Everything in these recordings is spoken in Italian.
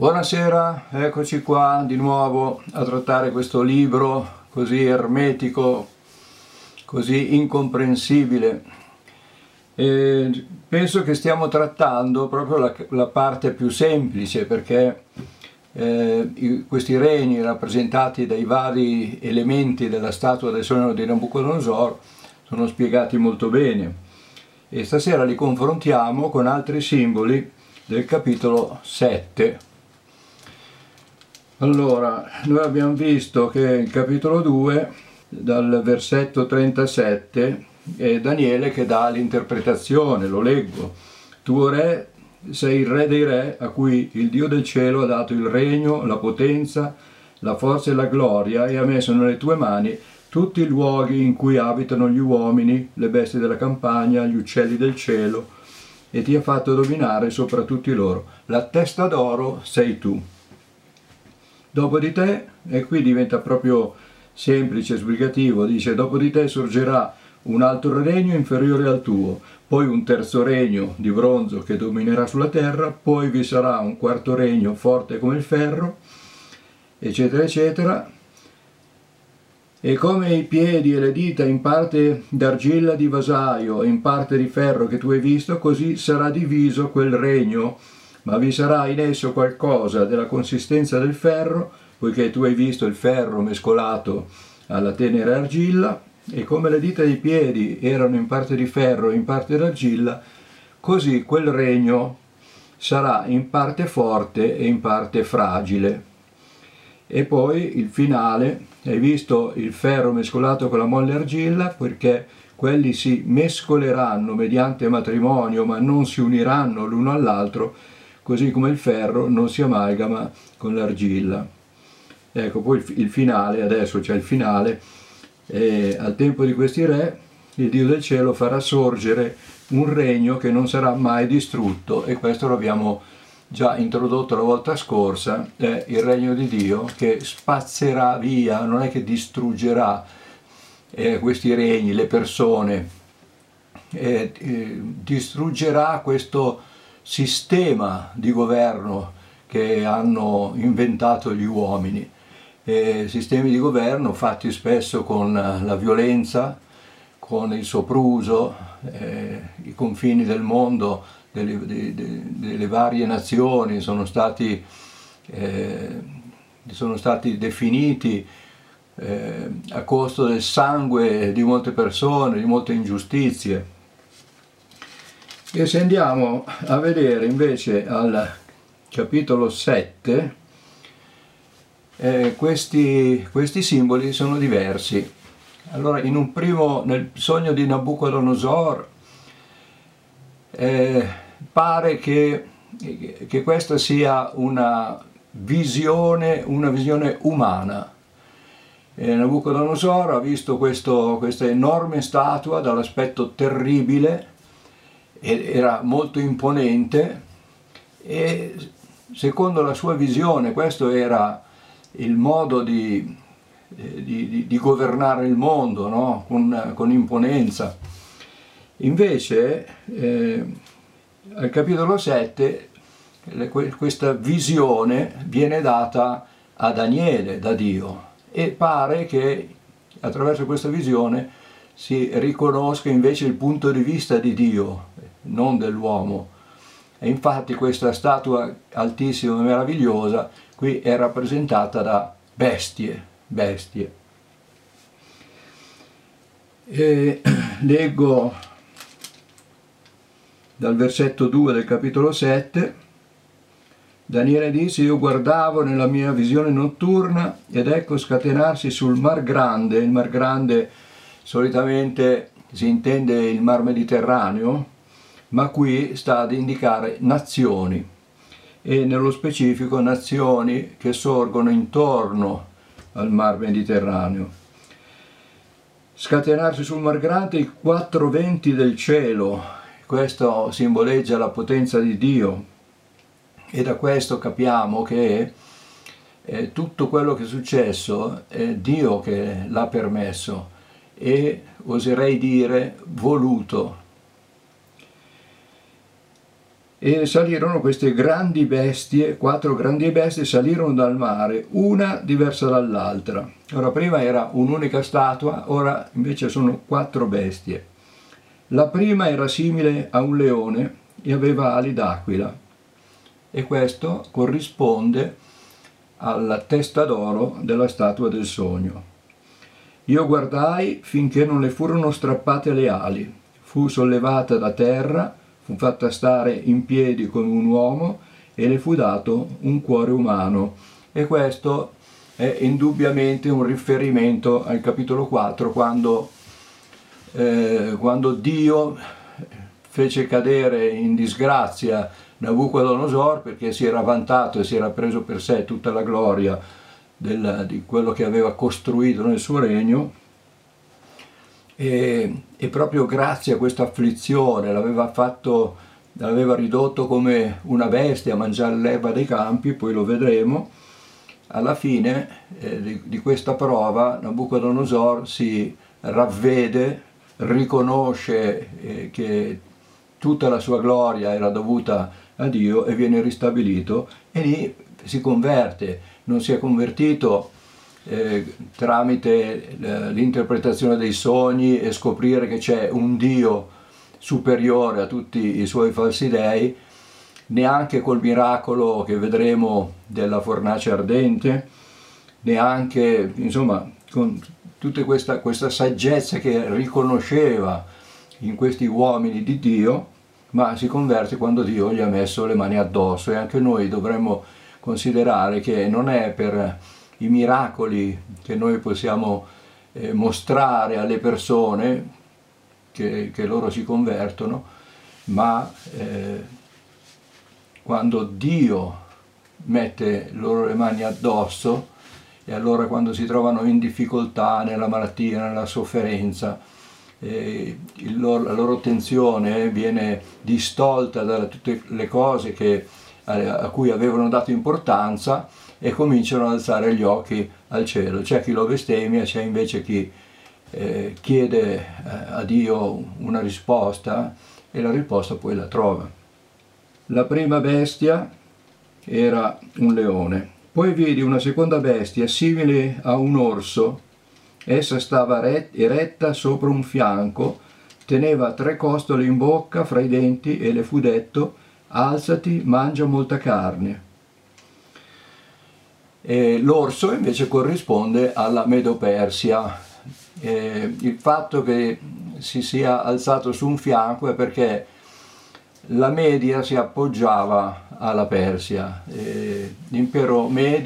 Buonasera, eccoci qua di nuovo a trattare questo libro così ermetico, così incomprensibile. E penso che stiamo trattando proprio la parte più semplice, perché questi regni rappresentati dai vari elementi della statua del sogno di Nabucodonosor sono spiegati molto bene, e stasera li confrontiamo con altri simboli del capitolo 7. Allora, noi abbiamo visto che il capitolo 2, dal versetto 37, è Daniele che dà l'interpretazione, lo leggo. Tu, re, sei il re dei re, a cui il Dio del cielo ha dato il regno, la potenza, la forza e la gloria, e ha messo nelle tue mani tutti i luoghi in cui abitano gli uomini, le bestie della campagna, gli uccelli del cielo, e ti ha fatto dominare sopra tutti loro. La testa d'oro sei tu. Dopo di te, e qui diventa proprio semplice, esplicativo, dice: dopo di te sorgerà un altro regno inferiore al tuo, poi un terzo regno di bronzo che dominerà sulla terra, poi vi sarà un quarto regno forte come il ferro, eccetera eccetera. E come i piedi e le dita in parte d'argilla di vasaio e in parte di ferro che tu hai visto, così sarà diviso quel regno, ma vi sarà in esso qualcosa della consistenza del ferro, poiché tu hai visto il ferro mescolato alla tenera argilla, e come le dita dei piedi erano in parte di ferro e in parte d'argilla, così quel regno sarà in parte forte e in parte fragile. E poi il finale: hai visto il ferro mescolato con la molle argilla, perché quelli si mescoleranno mediante matrimonio, ma non si uniranno l'uno all'altro, così come il ferro non si amalgama con l'argilla. Ecco, poi il finale, adesso c'è il finale: al tempo di questi re il Dio del cielo farà sorgere un regno che non sarà mai distrutto, e questo lo abbiamo già introdotto la volta scorsa. È il regno di Dio che spazzerà via, non è che distruggerà questi regni, le persone, distruggerà questo sistema di governo che hanno inventato gli uomini, sistemi di governo fatti spesso con la violenza, con il sopruso. I confini del mondo, delle varie nazioni sono stati definiti a costo del sangue di molte persone, di molte ingiustizie. E se andiamo a vedere invece al capitolo 7, questi simboli sono diversi. Allora, nel sogno di Nabucodonosor, pare che questa sia una visione umana. Nabucodonosor ha visto questa enorme statua dall'aspetto terribile, era molto imponente, e secondo la sua visione questo era il modo di governare il mondo, no? Con imponenza. Invece al capitolo 7 questa visione viene data a Daniele da Dio, e pare che attraverso questa visione si riconosca invece il punto di vista di Dio, non dell'uomo. E infatti questa statua altissima e meravigliosa qui è rappresentata da bestie. E leggo dal versetto 2 del capitolo 7. Daniele disse: io guardavo nella mia visione notturna, ed ecco scatenarsi sul Mar Grande. Il Mar Grande solitamente si intende il Mar Mediterraneo, ma qui sta ad indicare nazioni, e nello specifico nazioni che sorgono intorno al Mar Mediterraneo. Scatenarsi sul Mar Grande i quattro venti del cielo. Questo simboleggia la potenza di Dio, e da questo capiamo che tutto quello che è successo è Dio che l'ha permesso, e oserei dire voluto. E salirono queste grandi bestie, 4 grandi bestie salirono dal mare, una diversa dall'altra. Ora prima era un'unica statua, ora invece sono 4 bestie. La prima era simile a un leone e aveva ali d'aquila, e questo corrisponde alla testa d'oro della statua del sogno. Io guardai finché non le furono strappate le ali, fu sollevata da terra, fu fatta stare in piedi come un uomo e le fu dato un cuore umano. E questo è indubbiamente un riferimento al capitolo 4, quando Dio fece cadere in disgrazia Nabucodonosor, perché si era vantato e si era preso per sé tutta la gloria di quello che aveva costruito nel suo regno, e proprio grazie a questa afflizione l'aveva ridotto come una bestia a mangiare l'erba dei campi. Poi lo vedremo. Alla fine di questa prova Nabucodonosor si ravvede, riconosce che tutta la sua gloria era dovuta a Dio e viene ristabilito, e lì si converte. Non si è convertito tramite l'interpretazione dei sogni e scoprire che c'è un Dio superiore a tutti i suoi falsi dei, neanche col miracolo che vedremo della fornace ardente, neanche, insomma, con tutta questa saggezza che riconosceva in questi uomini di Dio, ma si converte quando Dio gli ha messo le mani addosso. E anche noi dovremmo considerare che non è per i miracoli che noi possiamo mostrare alle persone che loro si convertono, ma quando Dio mette loro le mani addosso, e allora quando si trovano in difficoltà, nella malattia, nella sofferenza, la loro attenzione viene distolta da tutte le cose a cui avevano dato importanza, e cominciano ad alzare gli occhi al cielo. C'è chi lo bestemmia, c'è invece chi chiede a Dio una risposta, e la risposta poi la trova. La prima bestia era un leone. Poi vidi una seconda bestia simile a un orso. Essa stava eretta sopra un fianco, teneva 3 costole in bocca fra i denti, e le fu detto: alzati, mangia molta carne. L'orso invece corrisponde alla Medo-Persia. Il fatto che si sia alzato su un fianco è perché la Media si appoggiava alla Persia. L'impero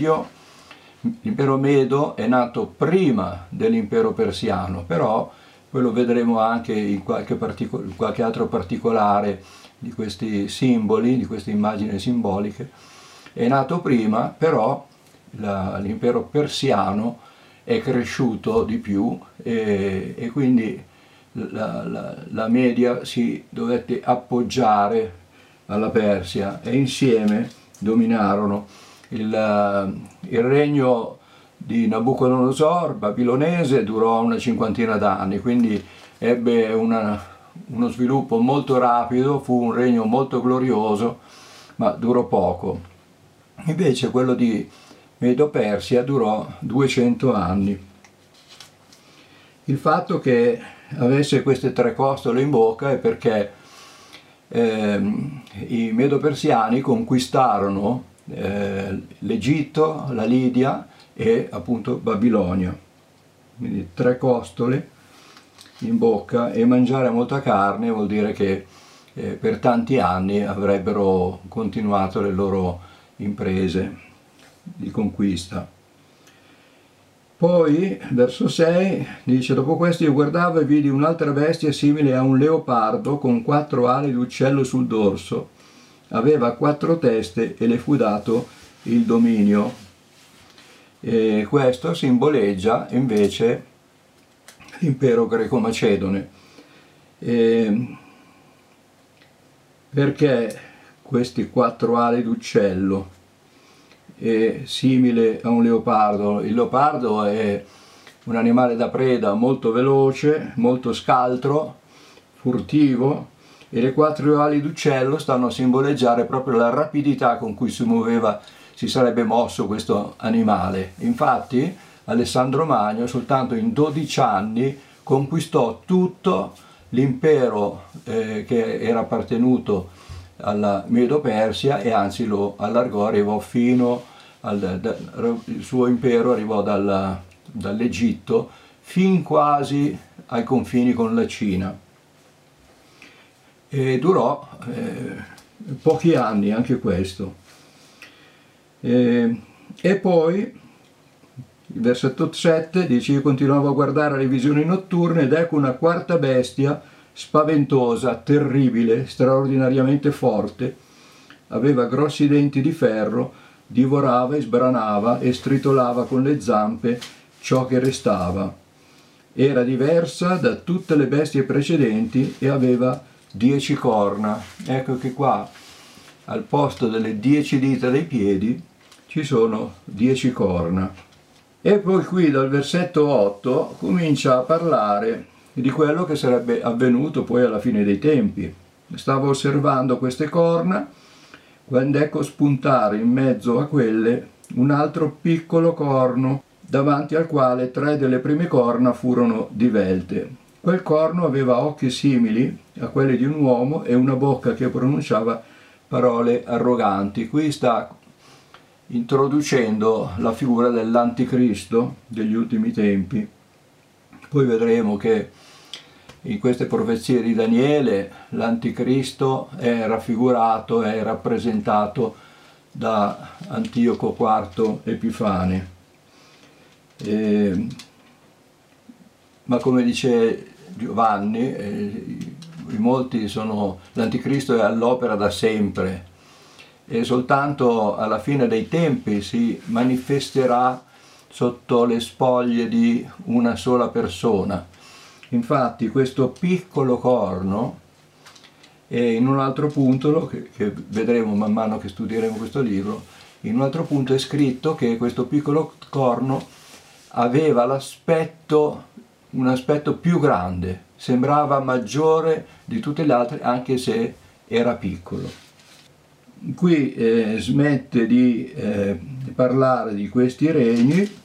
Medo è nato prima dell'impero persiano, però poi lo vedremo anche in qualche altro particolare di questi simboli, di queste immagini simboliche. È nato prima, però l'impero persiano è cresciuto di più, e quindi la Media si dovette appoggiare alla Persia, e insieme dominarono. Il regno di Nabucodonosor babilonese durò una 50ina d'anni, quindi ebbe uno sviluppo molto rapido, fu un regno molto glorioso, ma durò poco. Invece quello di Medo-Persia durò 200 anni. Il fatto che avesse queste 3 costole in bocca è perché i Medo-Persiani conquistarono l'Egitto, la Lidia e appunto Babilonia. Quindi 3 costole in bocca, e mangiare molta carne vuol dire che per tanti anni avrebbero continuato le loro imprese di conquista. Poi, verso 6, dice: dopo questo io guardavo e vidi un'altra bestia simile a un leopardo, con 4 ali d'uccello sul dorso. Aveva 4 teste e le fu dato il dominio. E questo simboleggia invece l'impero greco-macedone. Perché questi 4 ali d'uccello? È simile a un leopardo. Il leopardo è un animale da preda molto veloce, molto scaltro, furtivo, e le 4 ali d'uccello stanno a simboleggiare proprio la rapidità con cui si sarebbe mosso questo animale. Infatti Alessandro Magno soltanto in 12 anni conquistò tutto l'impero che era appartenuto alla Medo-Persia, e anzi lo allargò, arrivò fino il suo impero arrivò dall'Egitto fin quasi ai confini con la Cina, e durò pochi anni anche questo. E poi il versetto 7 dice: io continuavo a guardare le visioni notturne ed ecco una quarta bestia spaventosa, terribile, straordinariamente forte, aveva grossi denti di ferro, divorava e sbranava e stritolava con le zampe ciò che restava. Era diversa da tutte le bestie precedenti e aveva 10 corna. Ecco che qua al posto delle 10 dita dei piedi ci sono 10 corna. E poi qui dal versetto 8 comincia a parlare di quello che sarebbe avvenuto poi alla fine dei tempi. Stavo osservando queste corna quando ecco spuntare in mezzo a quelle un altro piccolo corno, davanti al quale 3 delle prime corna furono divelte. Quel corno aveva occhi simili a quelli di un uomo e una bocca che pronunciava parole arroganti. Qui sta introducendo la figura dell'anticristo degli ultimi tempi. Poi vedremo che in queste profezie di Daniele l'anticristo è raffigurato, è rappresentato da Antioco IV Epifane. Ma come dice Giovanni, l'anticristo è all'opera da sempre e soltanto alla fine dei tempi si manifesterà sotto le spoglie di una sola persona. Infatti questo piccolo corno, e in un altro punto, che vedremo man mano che studieremo questo libro, in un altro punto è scritto che questo piccolo corno aveva un aspetto più grande, sembrava maggiore di tutte le altre anche se era piccolo. Qui smette di parlare di questi regni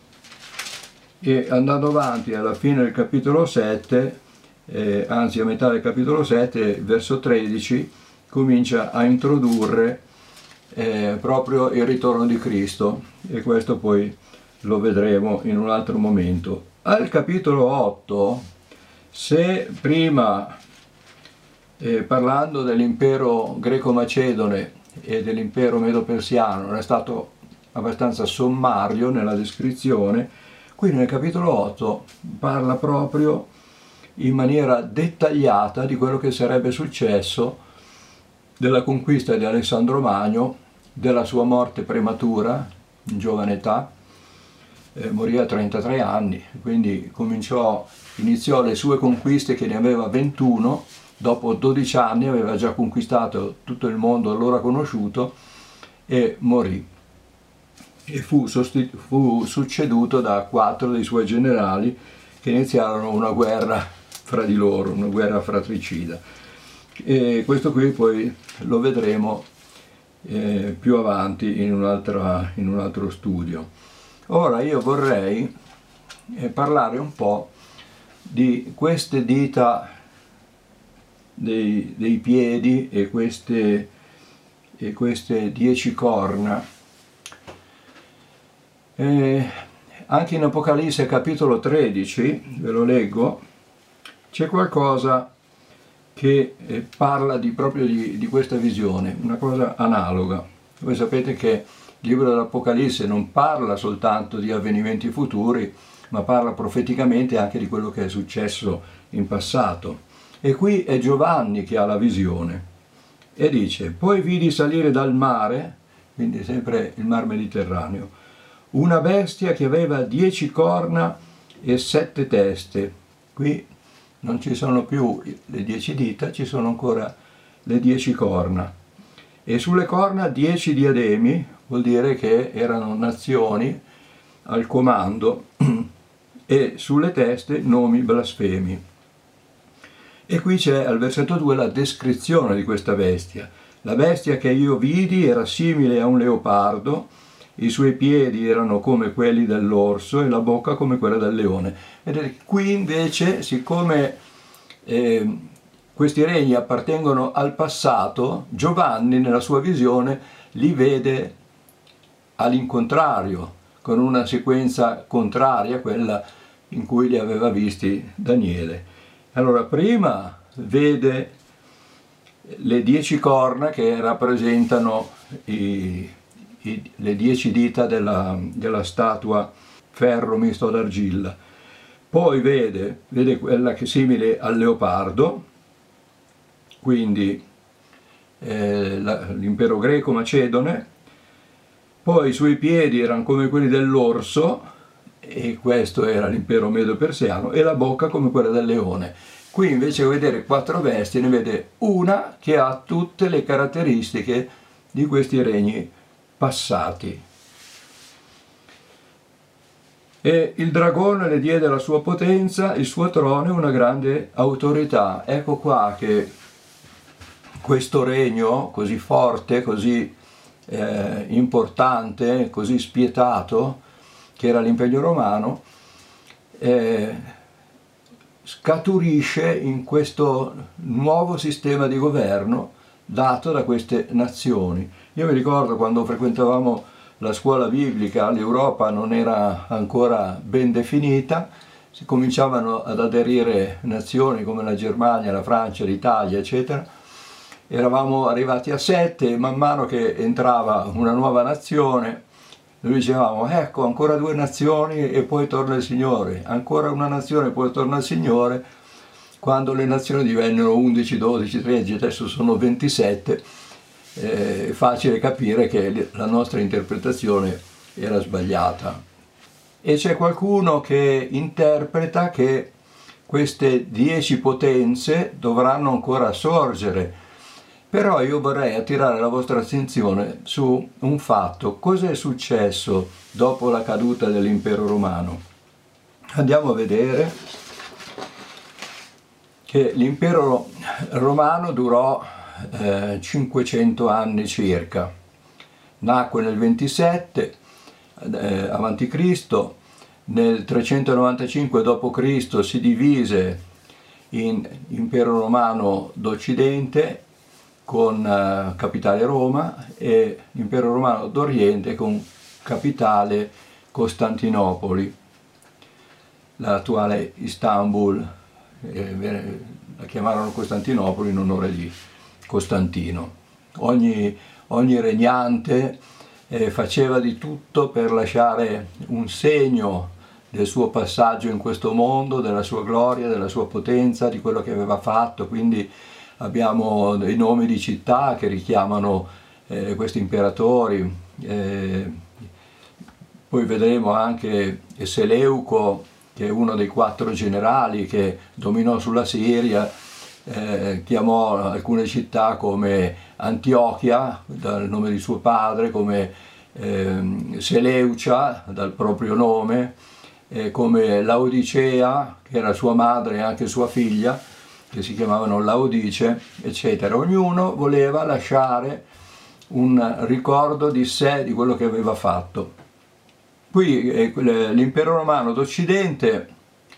e andando avanti alla fine del capitolo 7, anzi a metà del capitolo 7, verso 13, comincia a introdurre proprio il ritorno di Cristo, e questo poi lo vedremo in un altro momento. Al capitolo 8, se prima parlando dell'impero greco-macedone e dell'impero medo-persiano era stato abbastanza sommario nella descrizione, qui nel capitolo 8 parla proprio in maniera dettagliata di quello che sarebbe successo, della conquista di Alessandro Magno, della sua morte prematura in giovane età, morì a 33 anni, quindi iniziò le sue conquiste che ne aveva 21, dopo 12 anni aveva già conquistato tutto il mondo allora conosciuto e morì. E fu succeduto da 4 dei suoi generali che iniziarono una guerra fra di loro, una guerra fratricida. E questo qui poi lo vedremo più avanti in un altro studio. Ora io vorrei parlare un po' di queste dita dei piedi e queste 10 corna. Anche in Apocalisse capitolo 13, ve lo leggo, c'è qualcosa che parla proprio di questa visione, una cosa analoga. Voi sapete che il libro dell'Apocalisse non parla soltanto di avvenimenti futuri, ma parla profeticamente anche di quello che è successo in passato. E qui è Giovanni che ha la visione e dice: poi vidi salire dal mare, quindi sempre il mar Mediterraneo, una bestia che aveva 10 corna e 7 teste. Qui non ci sono più le 10 dita, ci sono ancora le 10 corna. E sulle corna 10 diademi, vuol dire che erano nazioni al comando, e sulle teste nomi blasfemi. E qui c'è al versetto 2 la descrizione di questa bestia. La bestia che io vidi era simile a un leopardo, i suoi piedi erano come quelli dell'orso e la bocca come quella del leone. Vedete, qui invece, siccome questi regni appartengono al passato, Giovanni nella sua visione li vede all'incontrario, con una sequenza contraria a quella in cui li aveva visti Daniele. Allora, prima vede le 10 corna che rappresentano le 10 dita della statua ferro misto d'argilla. Poi vede quella che è simile al leopardo, quindi l'impero greco-macedone. Poi i suoi piedi erano come quelli dell'orso, e questo era l'impero medo-persiano, e la bocca come quella del leone. Qui invece di vedere 4 bestie ne vede una che ha tutte le caratteristiche di questi regni passati. E il dragone le diede la sua potenza, il suo trono e una grande autorità. Ecco qua che questo regno così forte, così importante, così spietato, che era l'impero romano, scaturisce in questo nuovo sistema di governo dato da queste nazioni. Io mi ricordo quando frequentavamo la scuola biblica, l'Europa non era ancora ben definita, si cominciavano ad aderire nazioni come la Germania, la Francia, l'Italia, eccetera. Eravamo arrivati a 7 e man mano che entrava una nuova nazione noi dicevamo ecco ancora 2 nazioni e poi torna il Signore, ancora una nazione e poi torna il Signore. Quando le nazioni divennero 11, 12, 13, adesso sono 27, è facile capire che la nostra interpretazione era sbagliata. E c'è qualcuno che interpreta che queste 10 potenze dovranno ancora sorgere. Però io vorrei attirare la vostra attenzione su un fatto. Cosa è successo dopo la caduta dell'impero romano? Andiamo a vedere che l'impero romano durò 500 anni circa. Nacque nel 27 avanti Cristo, nel 395 d.C. si divise in impero romano d'Occidente con capitale Roma e impero romano d'Oriente con capitale Costantinopoli, l'attuale Istanbul, la chiamarono Costantinopoli in onore di Costantino. Ogni regnante faceva di tutto per lasciare un segno del suo passaggio in questo mondo, della sua gloria, della sua potenza, di quello che aveva fatto, quindi abbiamo dei nomi di città che richiamano questi imperatori, poi vedremo anche Seleuco, che è uno dei 4 generali che dominò sulla Siria, chiamò alcune città come Antiochia, dal nome di suo padre, come Seleucia, dal proprio nome, come Laodicea, che era sua madre e anche sua figlia, che si chiamavano Laodice, eccetera. Ognuno voleva lasciare un ricordo di sé, di quello che aveva fatto. Qui l'impero romano d'Occidente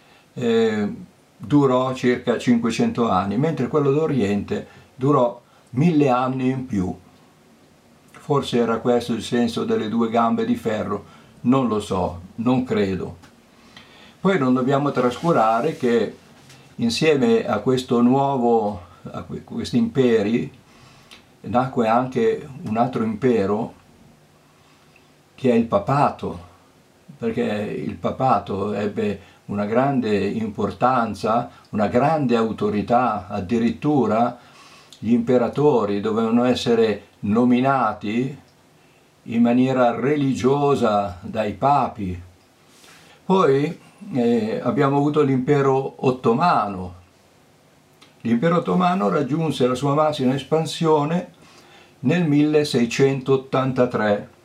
durò circa 500 anni, mentre quello d'Oriente durò 1000 anni in più. Forse era questo il senso delle 2 gambe di ferro, non lo so, non credo. Poi non dobbiamo trascurare che insieme a questo a questi imperi nacque anche un altro impero che è il papato, perché il papato ebbe una grande importanza, una grande autorità, addirittura gli imperatori dovevano essere nominati in maniera religiosa dai papi. Poi abbiamo avuto l'impero ottomano. L'impero ottomano raggiunse la sua massima espansione nel 1683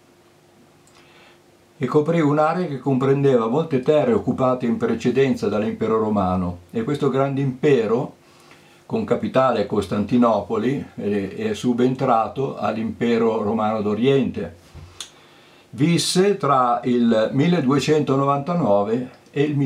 e coprì un'area che comprendeva molte terre occupate in precedenza dall'impero romano, e questo grande impero con capitale Costantinopoli, è subentrato all'impero romano d'Oriente. Visse tra il 1299 e il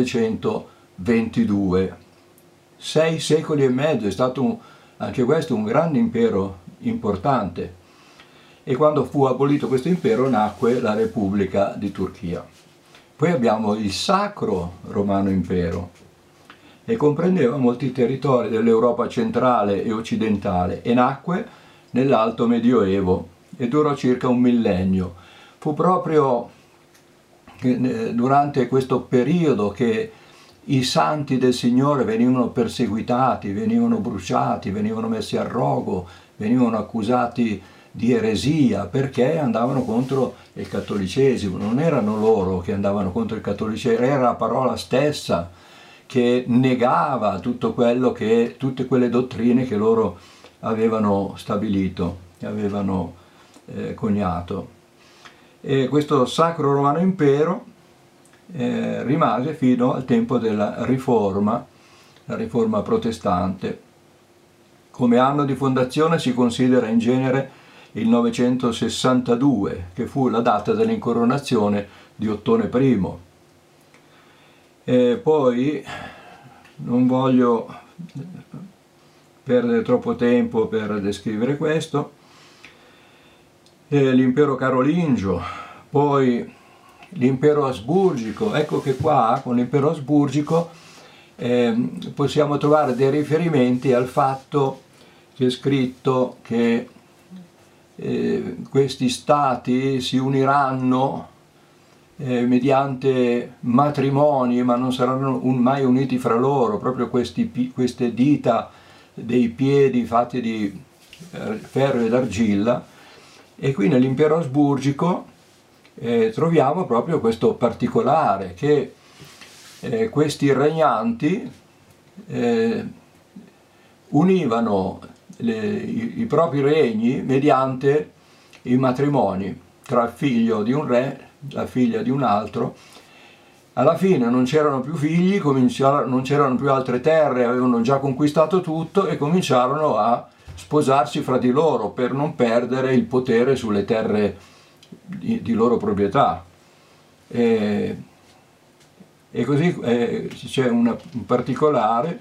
1922. 6 secoli e mezzo, è stato anche questo un grande impero importante. E quando fu abolito questo impero nacque la Repubblica di Turchia. Poi abbiamo il Sacro Romano Impero, e comprendeva molti territori dell'Europa centrale e occidentale e nacque nell'Alto Medioevo e durò circa un millennio. Fu proprio durante questo periodo che i santi del Signore venivano perseguitati, venivano bruciati, venivano messi a rogo, venivano accusati di eresia perché andavano contro il cattolicesimo. Non erano loro che andavano contro il cattolicesimo, era la parola stessa che negava tutto quello che, tutte quelle dottrine che loro avevano stabilito, avevano coniato. E questo Sacro Romano Impero rimase fino al tempo della Riforma, la Riforma protestante. Come anno di fondazione si considera in genere il 962, che fu la data dell'incoronazione di Ottone I. E poi non voglio perdere troppo tempo per descrivere questo. L'impero carolingio, poi l'impero asburgico. Ecco che qua con l'impero asburgico possiamo trovare dei riferimenti al fatto che è scritto che questi stati si uniranno mediante matrimoni, ma non saranno mai uniti fra loro, proprio queste dita dei piedi fatti di ferro ed argilla. E qui nell'impero asburgico troviamo proprio questo particolare, che questi regnanti univano i propri regni mediante i matrimoni tra il figlio di un re, la figlia di un altro. Alla fine non c'erano più figli, non c'erano più altre terre, avevano già conquistato tutto e cominciarono a sposarsi fra di loro per non perdere il potere sulle terre di loro proprietà. E così c'è un particolare,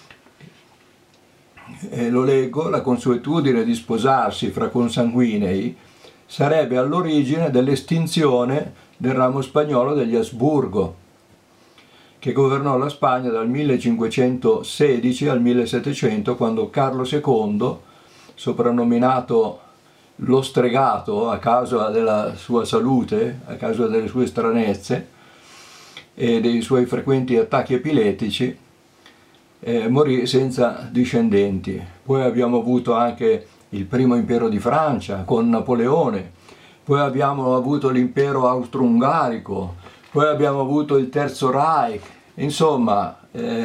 lo leggo: la consuetudine di sposarsi fra consanguinei sarebbe all'origine dell'estinzione del ramo spagnolo degli Asburgo, che governò la Spagna dal 1516 al 1700, quando Carlo II, soprannominato lo stregato a causa della sua salute, a causa delle sue stranezze e dei suoi frequenti attacchi epiletici, morì senza discendenti. Poi abbiamo avuto anche il primo impero di Francia con Napoleone, poi abbiamo avuto l'impero austro-ungarico, poi abbiamo avuto il Terzo Reich. Insomma,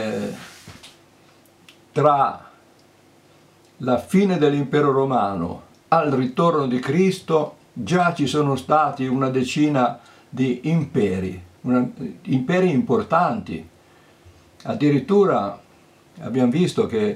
tra la fine dell'impero romano al ritorno di Cristo già ci sono stati una decina di imperi importanti. Addirittura abbiamo visto che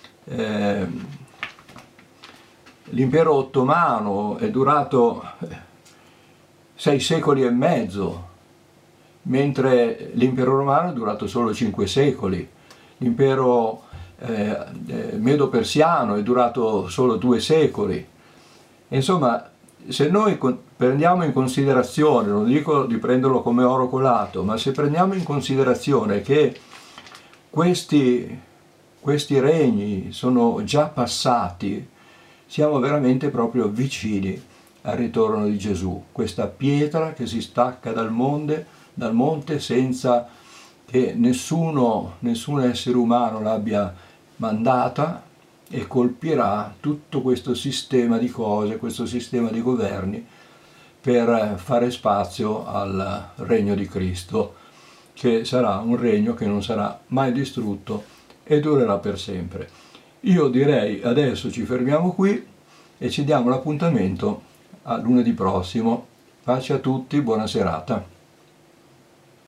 l'impero ottomano è durato 6 secoli e mezzo, mentre l'impero romano è durato solo 5 secoli. L'impero medo-persiano è durato solo 2 secoli. Insomma, se noi prendiamo in considerazione, non dico di prenderlo come oro colato, ma se prendiamo in considerazione che questi regni sono già passati, siamo veramente proprio vicini al ritorno di Gesù, questa pietra che si stacca dal monte senza che nessun essere umano l'abbia mandata, e colpirà tutto questo sistema di cose, questo sistema di governi, per fare spazio al regno di Cristo, che sarà un regno che non sarà mai distrutto e durerà per sempre. Io direi adesso ci fermiamo qui e ci diamo l'appuntamento a lunedì prossimo. Pace a tutti, buona serata.